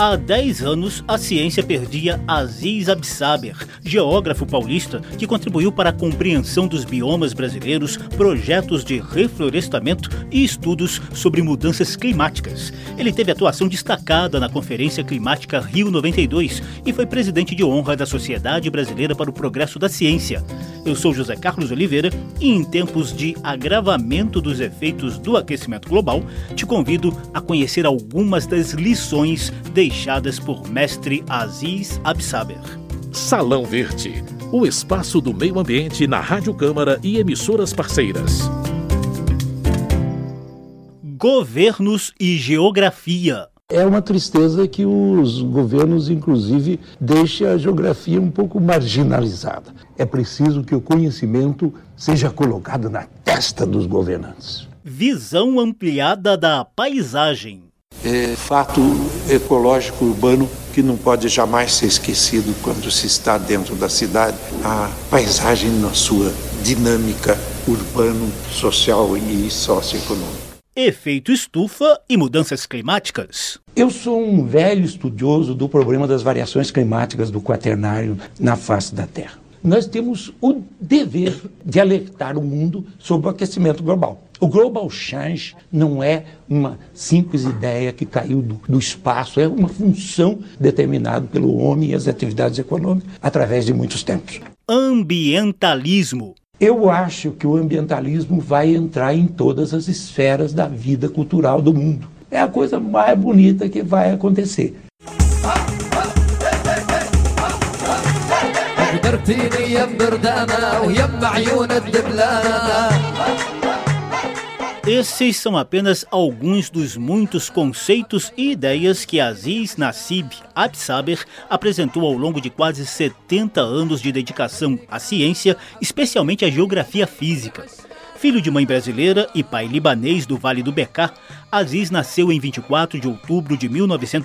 Há 10 anos, a ciência perdia Aziz Absaber, geógrafo paulista que contribuiu para a compreensão dos biomas brasileiros, projetos de reflorestamento e estudos sobre mudanças climáticas. Ele teve atuação destacada na Conferência Climática Rio 92 e foi presidente de honra da Sociedade Brasileira para o Progresso da Ciência. Eu sou José Carlos Oliveira e, em tempos de agravamento dos efeitos do aquecimento global, te convido a conhecer algumas das lições deixadas por mestre Aziz Absaber. Salão Verde, o espaço do meio ambiente na Rádio Câmara e emissoras parceiras. Governos e geografia. É uma tristeza que os governos, inclusive, deixem a geografia um pouco marginalizada. É preciso que o conhecimento seja colocado na testa dos governantes. Visão ampliada da paisagem. É fato ecológico urbano que não pode jamais ser esquecido quando se está dentro da cidade. A paisagem na sua dinâmica urbano, social e socioeconômica. Efeito estufa e mudanças climáticas. Eu sou um velho estudioso do problema das variações climáticas do Quaternário na face da Terra. Nós temos o dever de alertar o mundo sobre o aquecimento global. O Global Change não é uma simples ideia que caiu do espaço, é uma função determinada pelo homem e as atividades econômicas através de muitos tempos. Ambientalismo. Eu acho que o ambientalismo vai entrar em todas as esferas da vida cultural do mundo. É a coisa mais bonita que vai acontecer. Esses são apenas alguns dos muitos conceitos e ideias que Aziz Nassib Absaber apresentou ao longo de quase 70 anos de dedicação à ciência, especialmente à geografia física. Filho de mãe brasileira e pai libanês do Vale do Bekaa, Aziz nasceu em 24 de outubro de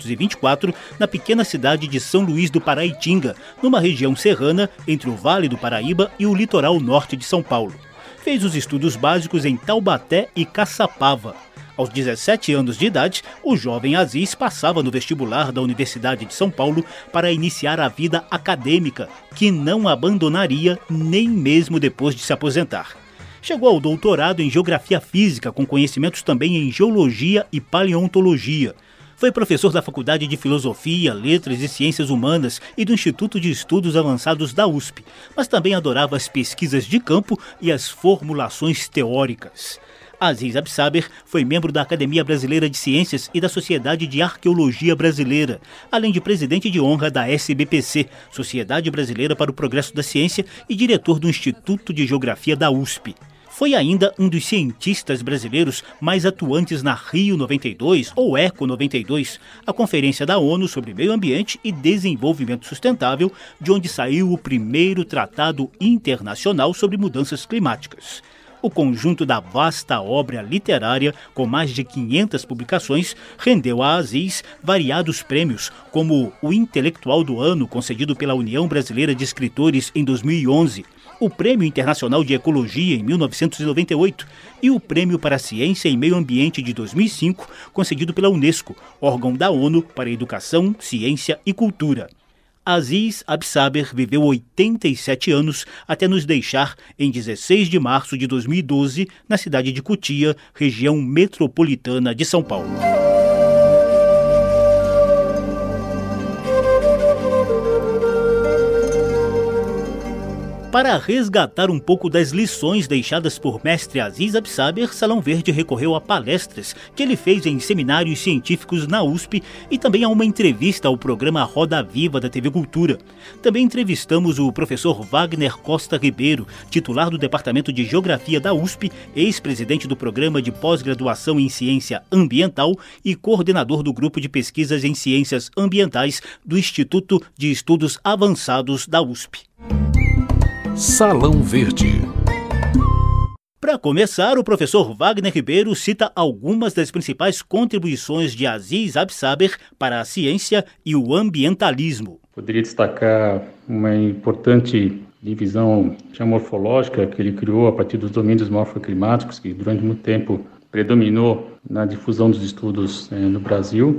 1924 na pequena cidade de São Luís do Paraitinga, numa região serrana entre o Vale do Paraíba e o litoral norte de São Paulo. Fez os estudos básicos em Taubaté e Caçapava. Aos 17 anos de idade, o jovem Aziz passava no vestibular da Universidade de São Paulo para iniciar a vida acadêmica, que não abandonaria nem mesmo depois de se aposentar. Chegou ao doutorado em Geografia Física, com conhecimentos também em Geologia e Paleontologia. Foi professor da Faculdade de Filosofia, Letras e Ciências Humanas e do Instituto de Estudos Avançados da USP, mas também adorava as pesquisas de campo e as formulações teóricas. Aziz Absaber foi membro da Academia Brasileira de Ciências e da Sociedade de Arqueologia Brasileira, além de presidente de honra da SBPC, Sociedade Brasileira para o Progresso da Ciência, e diretor do Instituto de Geografia da USP. Foi ainda um dos cientistas brasileiros mais atuantes na Rio 92, ou ECO 92, a Conferência da ONU sobre Meio Ambiente e Desenvolvimento Sustentável, de onde saiu o primeiro tratado internacional sobre mudanças climáticas. O conjunto da vasta obra literária, com mais de 500 publicações, rendeu a Aziz variados prêmios, como o Intelectual do Ano, concedido pela União Brasileira de Escritores em 2011, o Prêmio Internacional de Ecologia em 1998 e o Prêmio para a Ciência e Meio Ambiente de 2005, concedido pela Unesco, órgão da ONU para Educação, Ciência e Cultura. Aziz Absaber viveu 87 anos até nos deixar em 16 de março de 2012, na cidade de Cotia, região metropolitana de São Paulo. Para resgatar um pouco das lições deixadas por mestre Aziz Absaber, Salão Verde recorreu a palestras que ele fez em seminários científicos na USP e também a uma entrevista ao programa Roda Viva da TV Cultura. Também entrevistamos o professor Wagner Costa Ribeiro, titular do Departamento de Geografia da USP, ex-presidente do Programa de Pós-Graduação em Ciência Ambiental e coordenador do Grupo de Pesquisas em Ciências Ambientais do Instituto de Estudos Avançados da USP. Salão Verde. Para começar, o professor Wagner Ribeiro cita algumas das principais contribuições de Aziz Absaber para a ciência e o ambientalismo. Poderia destacar uma importante divisão geomorfológica que ele criou a partir dos domínios morfoclimáticos, que durante muito tempo predominou na difusão dos estudos no Brasil.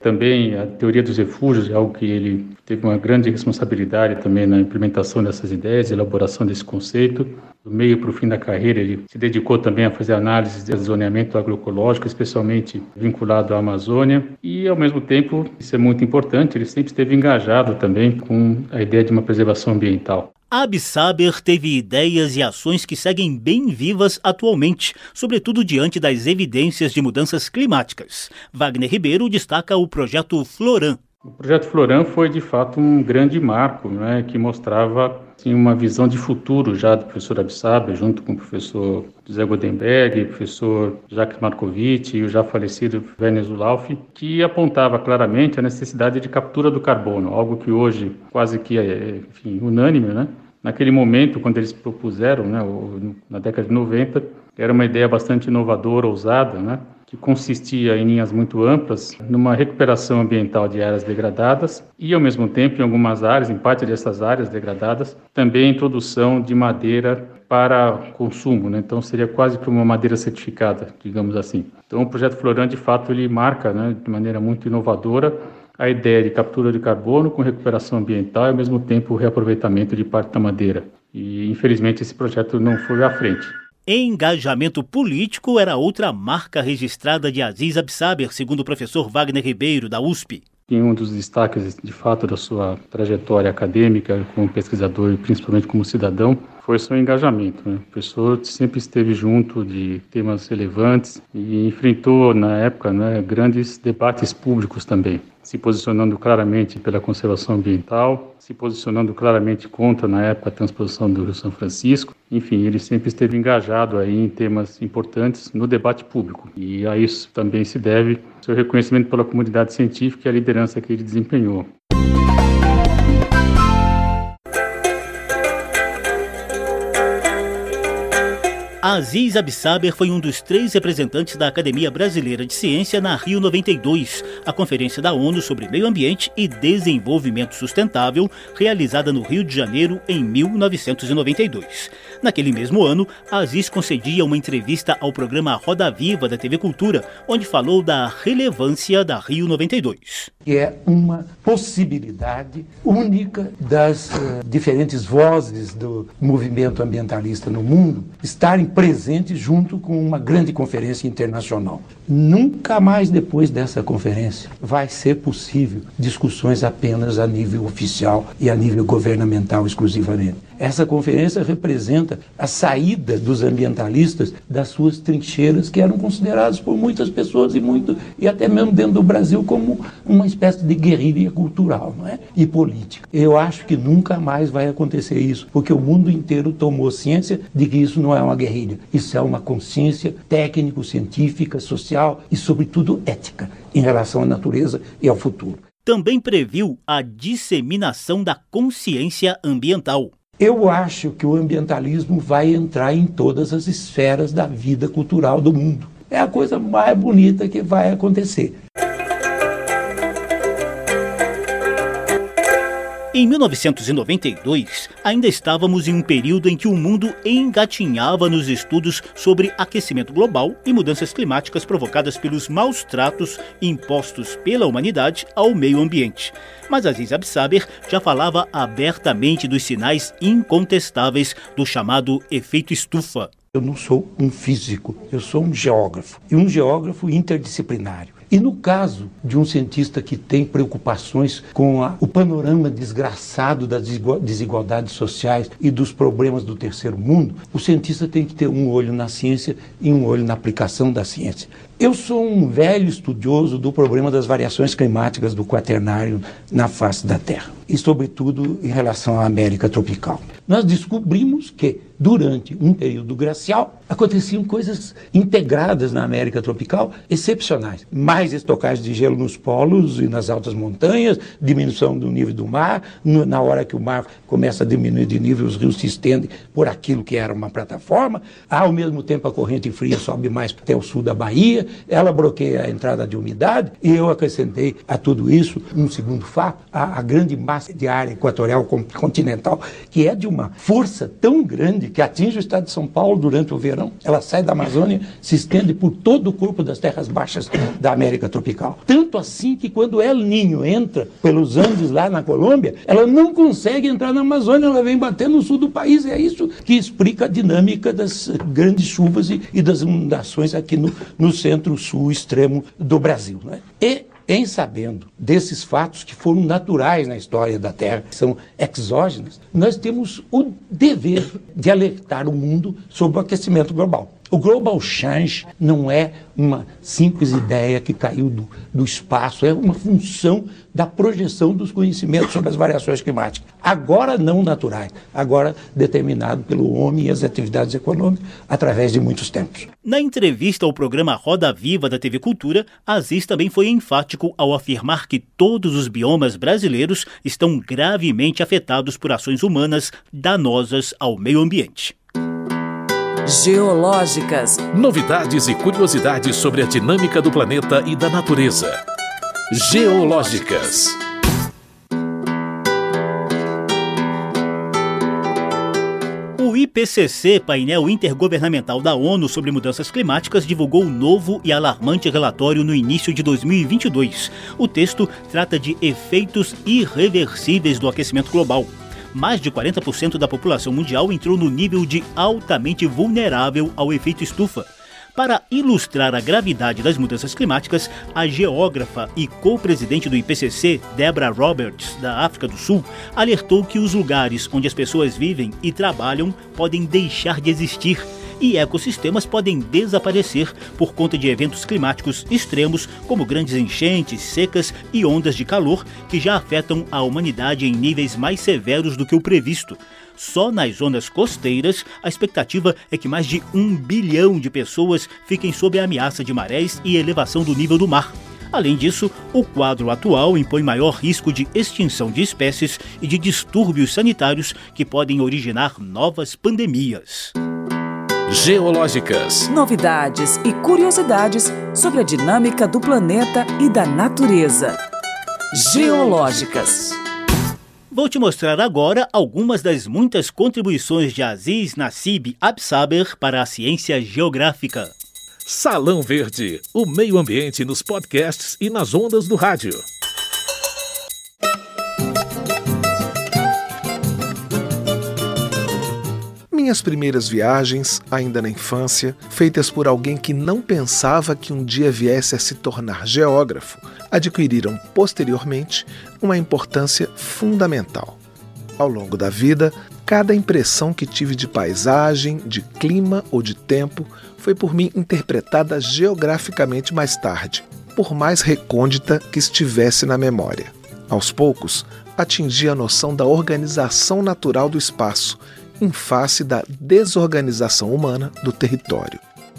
Também a teoria dos refúgios é algo que ele teve uma grande responsabilidade também na implementação dessas ideias, elaboração desse conceito. Do meio para o fim da carreira, ele se dedicou também a fazer análise de zoneamento agroecológico, especialmente vinculado à Amazônia. E, ao mesmo tempo, isso é muito importante, ele sempre esteve engajado também com a ideia de uma preservação ambiental. Absaber teve ideias e ações que seguem bem vivas atualmente, sobretudo diante das evidências de mudanças climáticas. Wagner Ribeiro destaca o projeto Floran. O projeto Floran foi, de fato, um grande marco, né, que mostrava assim, uma visão de futuro já do professor Absaber, junto com o professor José Goldenberg, o professor Jacques Markovitch e o já falecido Werner Zulauf, que apontava claramente a necessidade de captura do carbono, algo que hoje quase que é unânime, né? Naquele momento, quando eles propuseram, né, na década de 90, era uma ideia bastante inovadora, ousada, né, que consistia em linhas muito amplas, numa recuperação ambiental de áreas degradadas e, ao mesmo tempo, em algumas áreas, em parte dessas áreas degradadas, também a introdução de madeira para consumo, né? Então seria quase que uma madeira certificada, digamos assim. Então o projeto Floran, de fato, ele marca, né, de maneira muito inovadora a ideia de captura de carbono com recuperação ambiental e, ao mesmo tempo, o reaproveitamento de parte da madeira. E, infelizmente, esse projeto não foi à frente. Engajamento político era outra marca registrada de Aziz Absaber, segundo o professor Wagner Ribeiro, da USP. E um dos destaques, de fato, da sua trajetória acadêmica como pesquisador e principalmente como cidadão foi o seu engajamento, né? O professor sempre esteve junto de temas relevantes e enfrentou, na época, né, grandes debates públicos também, se posicionando claramente pela conservação ambiental, se posicionando claramente contra, na época, a transposição do Rio São Francisco. Enfim, ele sempre esteve engajado aí em temas importantes no debate público. E a isso também se deve seu reconhecimento pela comunidade científica e a liderança que ele desempenhou. Aziz Absaber foi um dos 3 representantes da Academia Brasileira de Ciência na Rio 92, a Conferência da ONU sobre Meio Ambiente e Desenvolvimento Sustentável, realizada no Rio de Janeiro em 1992. Naquele mesmo ano, Aziz concedia uma entrevista ao programa Roda Viva da TV Cultura, onde falou da relevância da Rio 92. É uma possibilidade única das diferentes vozes do movimento ambientalista no mundo estarem presentes junto com uma grande conferência internacional. Nunca mais depois dessa conferência vai ser possível discussões apenas a nível oficial e a nível governamental exclusivamente. Essa conferência representa a saída dos ambientalistas das suas trincheiras, que eram consideradas por muitas pessoas e até mesmo dentro do Brasil como uma espécie de guerrilha cultural, não é? E política. Eu acho que nunca mais vai acontecer isso, porque o mundo inteiro tomou ciência de que isso não é uma guerrilha, isso é uma consciência técnico-científica, social e, sobretudo, ética em relação à natureza e ao futuro. Também previu a disseminação da consciência ambiental. Eu acho que o ambientalismo vai entrar em todas as esferas da vida cultural do mundo. É a coisa mais bonita que vai acontecer. Em 1992, ainda estávamos em um período em que o mundo engatinhava nos estudos sobre aquecimento global e mudanças climáticas provocadas pelos maus tratos impostos pela humanidade ao meio ambiente. Mas Aziz Absaber já falava abertamente dos sinais incontestáveis do chamado efeito estufa. Eu não sou um físico, eu sou um geógrafo, e um geógrafo interdisciplinário. E no caso de um cientista que tem preocupações com o panorama desgraçado das desigualdades sociais e dos problemas do terceiro mundo, o cientista tem que ter um olho na ciência e um olho na aplicação da ciência. Eu sou um velho estudioso do problema das variações climáticas do Quaternário na face da Terra, e sobretudo em relação à América tropical. Nós descobrimos que, durante um período glacial, aconteciam coisas integradas na América tropical excepcionais. Mais estocagem de gelo nos polos e nas altas montanhas, diminuição do nível do mar. Na hora que o mar começa a diminuir de nível, os rios se estendem por aquilo que era uma plataforma. Ao mesmo tempo, a corrente fria sobe mais até o sul da Bahia. Ela bloqueia a entrada de umidade. E eu acrescentei a tudo isso um segundo fato, a grande máquina massa de área equatorial continental, que é de uma força tão grande que atinge o estado de São Paulo durante o verão. Ela sai da Amazônia, se estende por todo o corpo das terras baixas da América tropical. Tanto assim que quando El Niño entra pelos Andes lá na Colômbia, ela não consegue entrar na Amazônia, ela vem bater no sul do país. É isso que explica a dinâmica das grandes chuvas e das inundações aqui no centro-sul extremo do Brasil, né? E em sabendo desses fatos que foram naturais na história da Terra, que são exógenos, nós temos o dever de alertar o mundo sobre o aquecimento global. O Global Change não é uma simples ideia que caiu do espaço, é uma função da projeção dos conhecimentos sobre as variações climáticas. Agora não naturais, agora determinado pelo homem e as atividades econômicas através de muitos tempos. Na entrevista ao programa Roda Viva da TV Cultura, Aziz também foi enfático ao afirmar que todos os biomas brasileiros estão gravemente afetados por ações humanas danosas ao meio ambiente. Geológicas. Novidades e curiosidades sobre a dinâmica do planeta e da natureza. Geológicas. O IPCC, painel intergovernamental da ONU sobre mudanças climáticas, divulgou um novo e alarmante relatório no início de 2022. O texto trata de efeitos irreversíveis do aquecimento global. Mais de 40% da população mundial entrou no nível de altamente vulnerável ao efeito estufa. Para ilustrar a gravidade das mudanças climáticas, a geógrafa e co-presidente do IPCC, Deborah Roberts, da África do Sul, alertou que os lugares onde as pessoas vivem e trabalham podem deixar de existir e ecossistemas podem desaparecer por conta de eventos climáticos extremos, como grandes enchentes, secas e ondas de calor, que já afetam a humanidade em níveis mais severos do que o previsto. Só nas zonas costeiras, a expectativa é que mais de 1 bilhão de pessoas fiquem sob a ameaça de marés e elevação do nível do mar. Além disso, o quadro atual impõe maior risco de extinção de espécies e de distúrbios sanitários que podem originar novas pandemias. Geológicas. Novidades e curiosidades sobre a dinâmica do planeta e da natureza. Geológicas. Vou te mostrar agora algumas das muitas contribuições de Aziz Nassib Absaber para a ciência geográfica. Salão Verde, o meio ambiente nos podcasts e nas ondas do rádio. Minhas primeiras viagens, ainda na infância, feitas por alguém que não pensava que um dia viesse a se tornar geógrafo, adquiriram posteriormente uma importância fundamental. Ao longo da vida, cada impressão que tive de paisagem, de clima ou de tempo foi por mim interpretada geograficamente mais tarde, por mais recôndita que estivesse na memória. Aos poucos, atingi a noção da organização natural do espaço, em face da desorganização humana do território.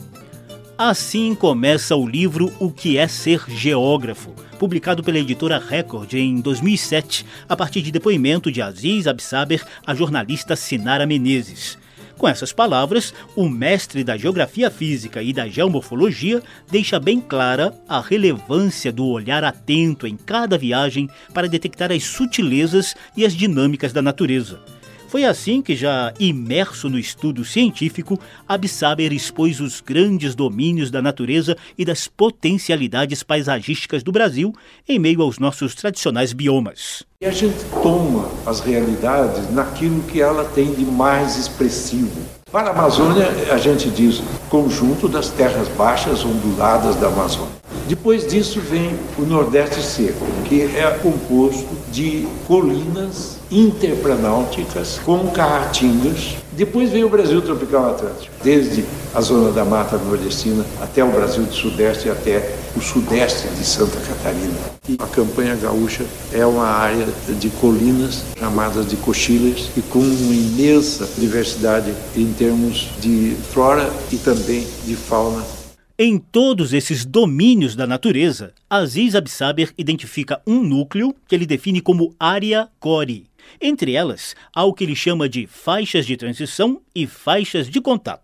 Assim começa o livro O que é ser geógrafo, publicado pela editora Record em 2007, a partir de depoimento de Aziz Absaber à jornalista Sinara Menezes. Com essas palavras, o mestre da geografia física e da geomorfologia deixa bem clara a relevância do olhar atento em cada viagem para detectar as sutilezas e as dinâmicas da natureza. Foi assim que, já imerso no estudo científico, Absaber expôs os grandes domínios da natureza e das potencialidades paisagísticas do Brasil em meio aos nossos tradicionais biomas. E a gente toma as realidades naquilo que ela tem de mais expressivo. Para a Amazônia, a gente diz conjunto das terras baixas onduladas da Amazônia. Depois disso vem o Nordeste seco, que é composto de colinas interplanáuticas com caatingas. Depois vem o Brasil tropical atlântico, desde a zona da Mata Nordestina até o Brasil do Sudeste e até o Sudeste de Santa Catarina. E a campanha gaúcha é uma área de colinas chamadas de cochilhas e com uma imensa diversidade em termos de flora e também de fauna. Em todos esses domínios da natureza, Aziz Absaber identifica um núcleo que ele define como área core. Entre elas, há o que ele chama de faixas de transição e faixas de contato.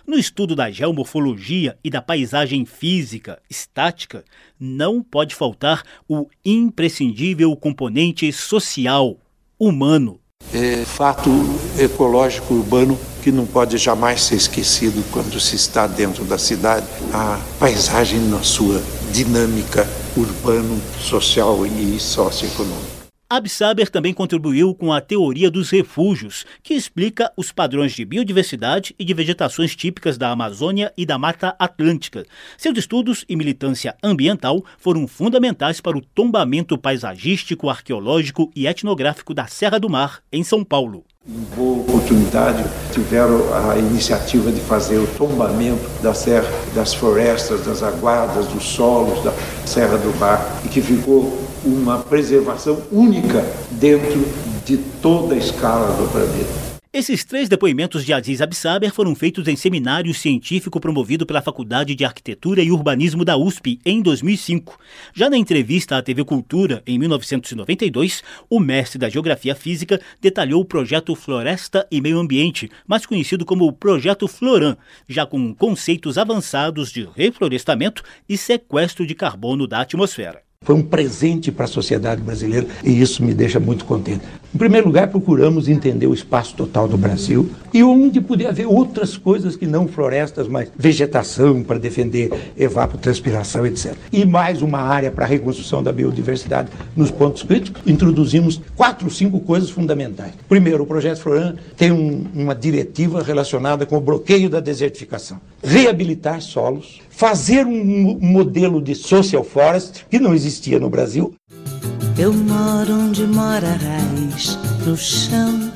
No estudo da geomorfologia e da paisagem física estática, não pode faltar o imprescindível componente social, humano. É fato ecológico urbano que não pode jamais ser esquecido quando se está dentro da cidade. A paisagem na sua dinâmica urbano, social e socioeconômica. Absaber também contribuiu com a teoria dos refúgios, que explica os padrões de biodiversidade e de vegetações típicas da Amazônia e da Mata Atlântica. Seus estudos e militância ambiental foram fundamentais para o tombamento paisagístico, arqueológico e etnográfico da Serra do Mar, em São Paulo. Em boa oportunidade, tiveram a iniciativa de fazer o tombamento da serra, das florestas, das aguadas, dos solos da Serra do Mar, e que ficou uma preservação única dentro de toda a escala do planeta. Esses 3 depoimentos de Aziz Absaber foram feitos em seminário científico promovido pela Faculdade de Arquitetura e Urbanismo da USP em 2005. Já na entrevista à TV Cultura, em 1992, o mestre da Geografia Física detalhou o projeto Floresta e Meio Ambiente, mais conhecido como o Projeto Floran, já com conceitos avançados de reflorestamento e sequestro de carbono da atmosfera. Foi um presente para a sociedade brasileira e isso me deixa muito contente. Em primeiro lugar, procuramos entender o espaço total do Brasil e onde podia haver outras coisas que não florestas, mas vegetação para defender evapotranspiração, etc. E mais uma área para a reconstrução da biodiversidade nos pontos críticos. Introduzimos 4 ou 5 coisas fundamentais. Primeiro, o Projeto Floran tem uma diretiva relacionada com o bloqueio da desertificação. Reabilitar solos, fazer um modelo de social forest que não existia no Brasil. Eu moro onde mora a raiz, no chão,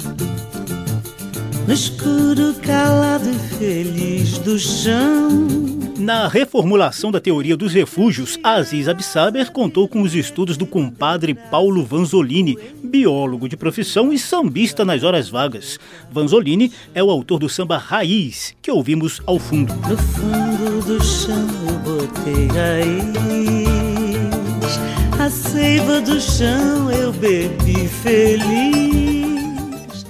no escuro calado e feliz do chão. Na reformulação da teoria dos refúgios, Aziz Absaber contou com os estudos do compadre Paulo Vanzolini, biólogo de profissão e sambista nas horas vagas. Vanzolini é o autor do samba Raiz, que ouvimos ao fundo. No fundo do chão eu botei raiz, a seiva do chão eu bebi feliz.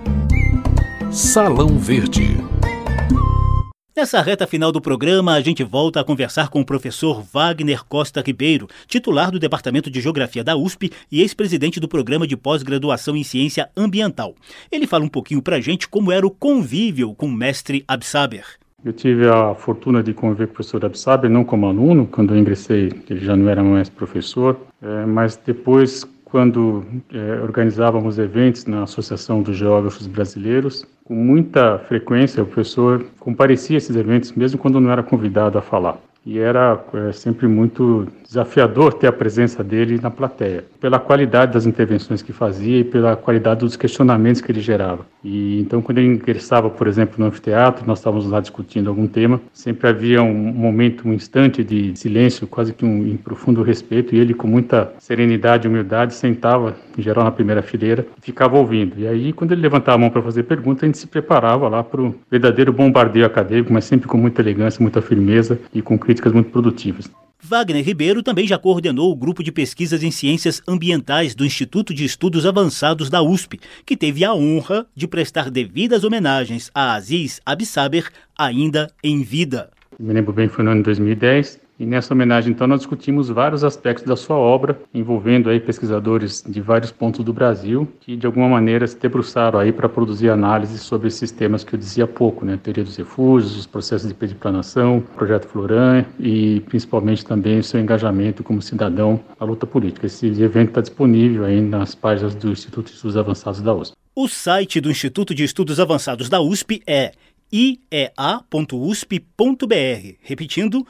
Salão Verde. Nessa reta final do programa, a gente volta a conversar com o professor Wagner Costa Ribeiro, titular do Departamento de Geografia da USP e ex-presidente do Programa de Pós-Graduação em Ciência Ambiental. Ele fala um pouquinho pra gente como era o convívio com o mestre Absaber. Eu tive a fortuna de conviver com o professor Absaber, não como aluno, quando eu ingressei, ele já não era mais professor, mas depois, quando organizávamos eventos na Associação dos Geógrafos Brasileiros, com muita frequência o professor comparecia a esses eventos, mesmo quando não era convidado a falar. E era sempre muito desafiador ter a presença dele na plateia, pela qualidade das intervenções que fazia e pela qualidade dos questionamentos que ele gerava. E então, quando ele ingressava, por exemplo, no anfiteatro, nós estávamos lá discutindo algum tema, sempre havia um momento, um instante de silêncio, quase que em profundo respeito, e ele, com muita serenidade e humildade, sentava, em geral, na primeira fileira, e ficava ouvindo. E aí, quando ele levantava a mão para fazer pergunta, a gente se preparava lá para o verdadeiro bombardeio acadêmico, mas sempre com muita elegância, muita firmeza e com críticas muito produtivas. Wagner Ribeiro também já coordenou o grupo de pesquisas em ciências ambientais do Instituto de Estudos Avançados da USP, que teve a honra de prestar devidas homenagens a Aziz Absaber, ainda em vida. Me lembro bem, foi no ano de 2010. E nessa homenagem, então, nós discutimos vários aspectos da sua obra, envolvendo aí pesquisadores de vários pontos do Brasil, que de alguma maneira se debruçaram aí para produzir análises sobre esses temas que eu dizia há pouco, né? Teoria dos refúgios, os processos de periplanação, Projeto Floran e principalmente também o seu engajamento como cidadão na luta política. Esse evento está disponível aí nas páginas do Instituto de Estudos Avançados da USP. O site do Instituto de Estudos Avançados da USP é iea.usp.br. Repetindo,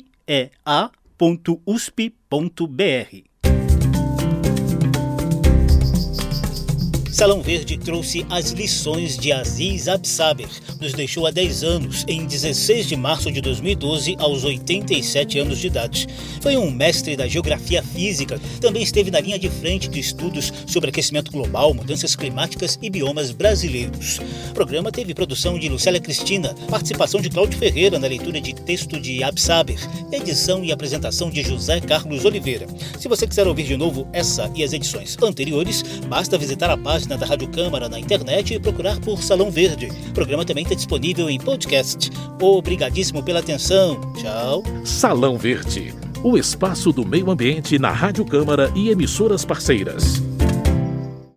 iea.usp.br. Salão Verde trouxe as lições de Aziz Absaber. Nos deixou há 10 anos, em 16 de março de 2012, aos 87 anos de idade. Foi um mestre da geografia física, também esteve na linha de frente de estudos sobre aquecimento global, mudanças climáticas e biomas brasileiros. O programa teve produção de Lucélia Cristina, participação de Cláudio Ferreira na leitura de texto de Absaber, edição e apresentação de José Carlos Oliveira. Se você quiser ouvir de novo essa e as edições anteriores, basta visitar a página página da Rádio Câmara na internet e procurar por Salão Verde. O programa também está disponível em podcast. Obrigadíssimo pela atenção. Tchau. Salão Verde, o espaço do meio ambiente na Rádio Câmara e emissoras parceiras.